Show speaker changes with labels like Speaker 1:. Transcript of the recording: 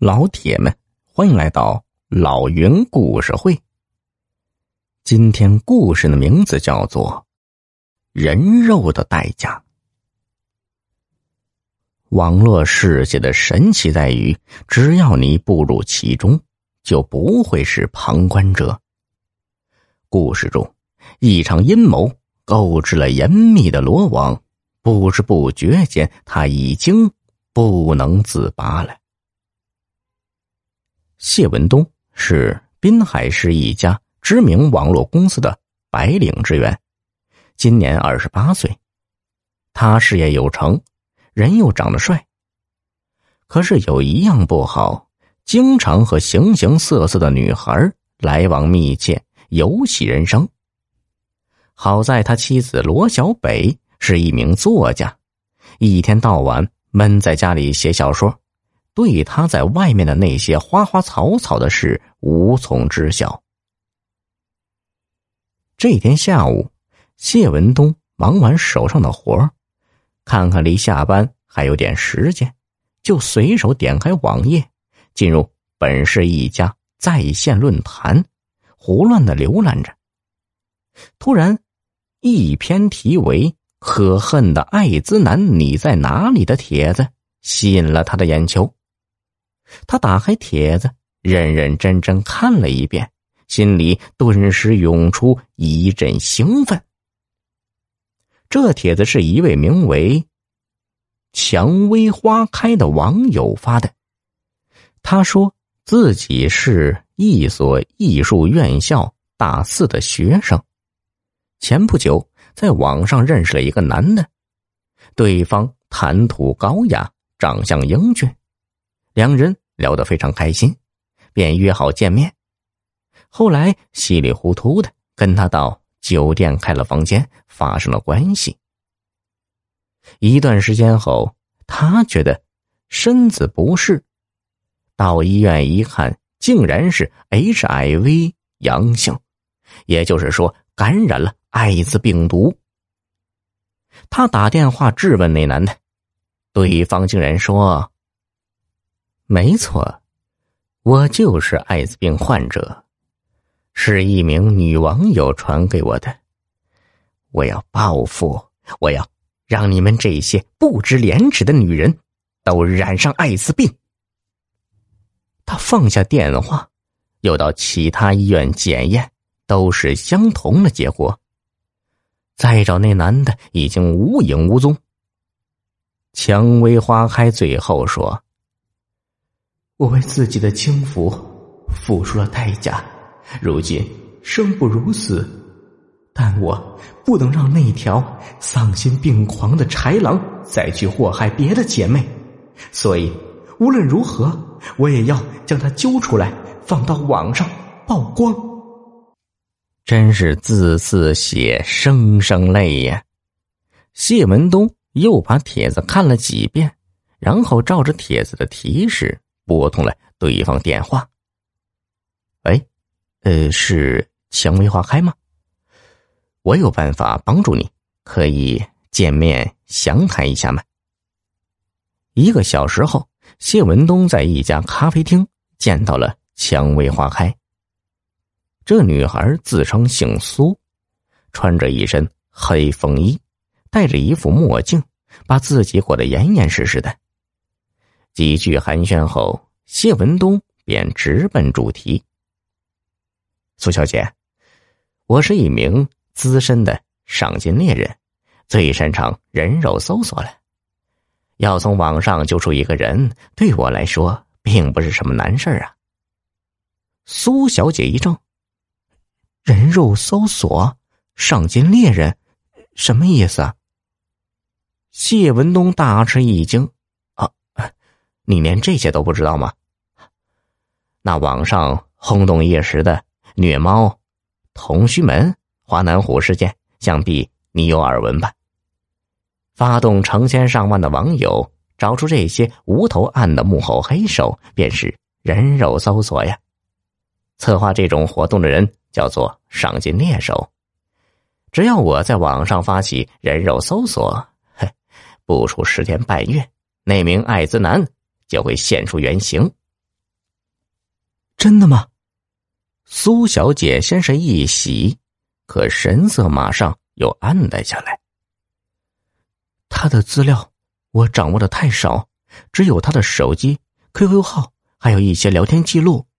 Speaker 1: 老铁们，欢迎来到老云故事会。今天故事的名字叫做《人肉的代价》。网络世界的神奇在于，只要你步入其中，就不会是旁观者。故事中，一场阴谋购置了严密的罗网，不知不觉间，他已经不能自拔了。谢文东是滨海市一家知名网络公司的白领职员，今年28岁。他事业有成，人又长得帅。可是有一样不好，经常和形形色色的女孩来往密切，游戏人生。好在他妻子罗小北是一名作家，一天到晚闷在家里写小说，对他在外面的那些花花草草的事无从知晓。这天下午，谢文东忙完手上的活，看看离下班还有点时间，就随手点开网页，进入本市一家在线论坛，胡乱地浏览着。突然，一篇题为“可恨的艾滋男你在哪里”的帖子吸引了他的眼球。他打开帖子，认认真真看了一遍，心里顿时涌出一阵兴奋。这帖子是一位名为蔷薇花开的网友发的。他说自己是一所艺术院校大4的学生，前不久在网上认识了一个男的，对方谈吐高雅，长相英俊，两人聊得非常开心，便约好见面。后来稀里糊涂的跟他到酒店开了房间，发生了关系。一段时间后，他觉得身子不适，到医院一看，竟然是 HIV 阳性，也就是说感染了艾滋病毒。他打电话质问那男的，对方竟然说：没错，我就是艾滋病患者，是一名女网友传给我的。我要报复，我要让你们这些不知廉耻的女人都染上艾滋病。他放下电话，又到其他医院检验，都是相同的结果。再找那男的已经无影无踪。蔷薇花开最后说：我为自己的轻浮付出了代价，如今生不如死，但我不能让那条丧心病狂的豺狼再去祸害别的姐妹，所以无论如何我也要将他揪出来放到网上曝光。真是字字血，声声泪呀！谢文东又把帖子看了几遍，然后照着帖子的提示拨通了对方电话。喂，是蔷薇花开吗？我有办法帮助你，可以见面详谈一下吗？1个小时后，谢文东在一家咖啡厅见到了蔷薇花开。这女孩自称姓苏，穿着一身黑风衣，戴着一副墨镜，把自己裹得严严实实的。几句寒暄后，谢文东便直奔主题。苏小姐，我是一名资深的赏金猎人，最擅长人肉搜索了。要从网上揪出一个人，对我来说并不是什么难事啊。苏小姐一怔，人肉搜索，赏金猎人，什么意思啊？谢文东大吃一惊，你连这些都不知道吗？那网上轰动一时的虐猫、同须门、华南虎事件，想必你有耳闻吧？发动成千上万的网友，找出这些无头案的幕后黑手，便是人肉搜索呀。策划这种活动的人叫做赏金猎手。只要我在网上发起人肉搜索，不出10天半月，那名艾滋男就会现出原形， 真的吗？苏小姐先是一喜，可神色马上又暗淡下来。他的资料我掌握的太少，只有他的手机、QQ 号，还有一些聊天记录。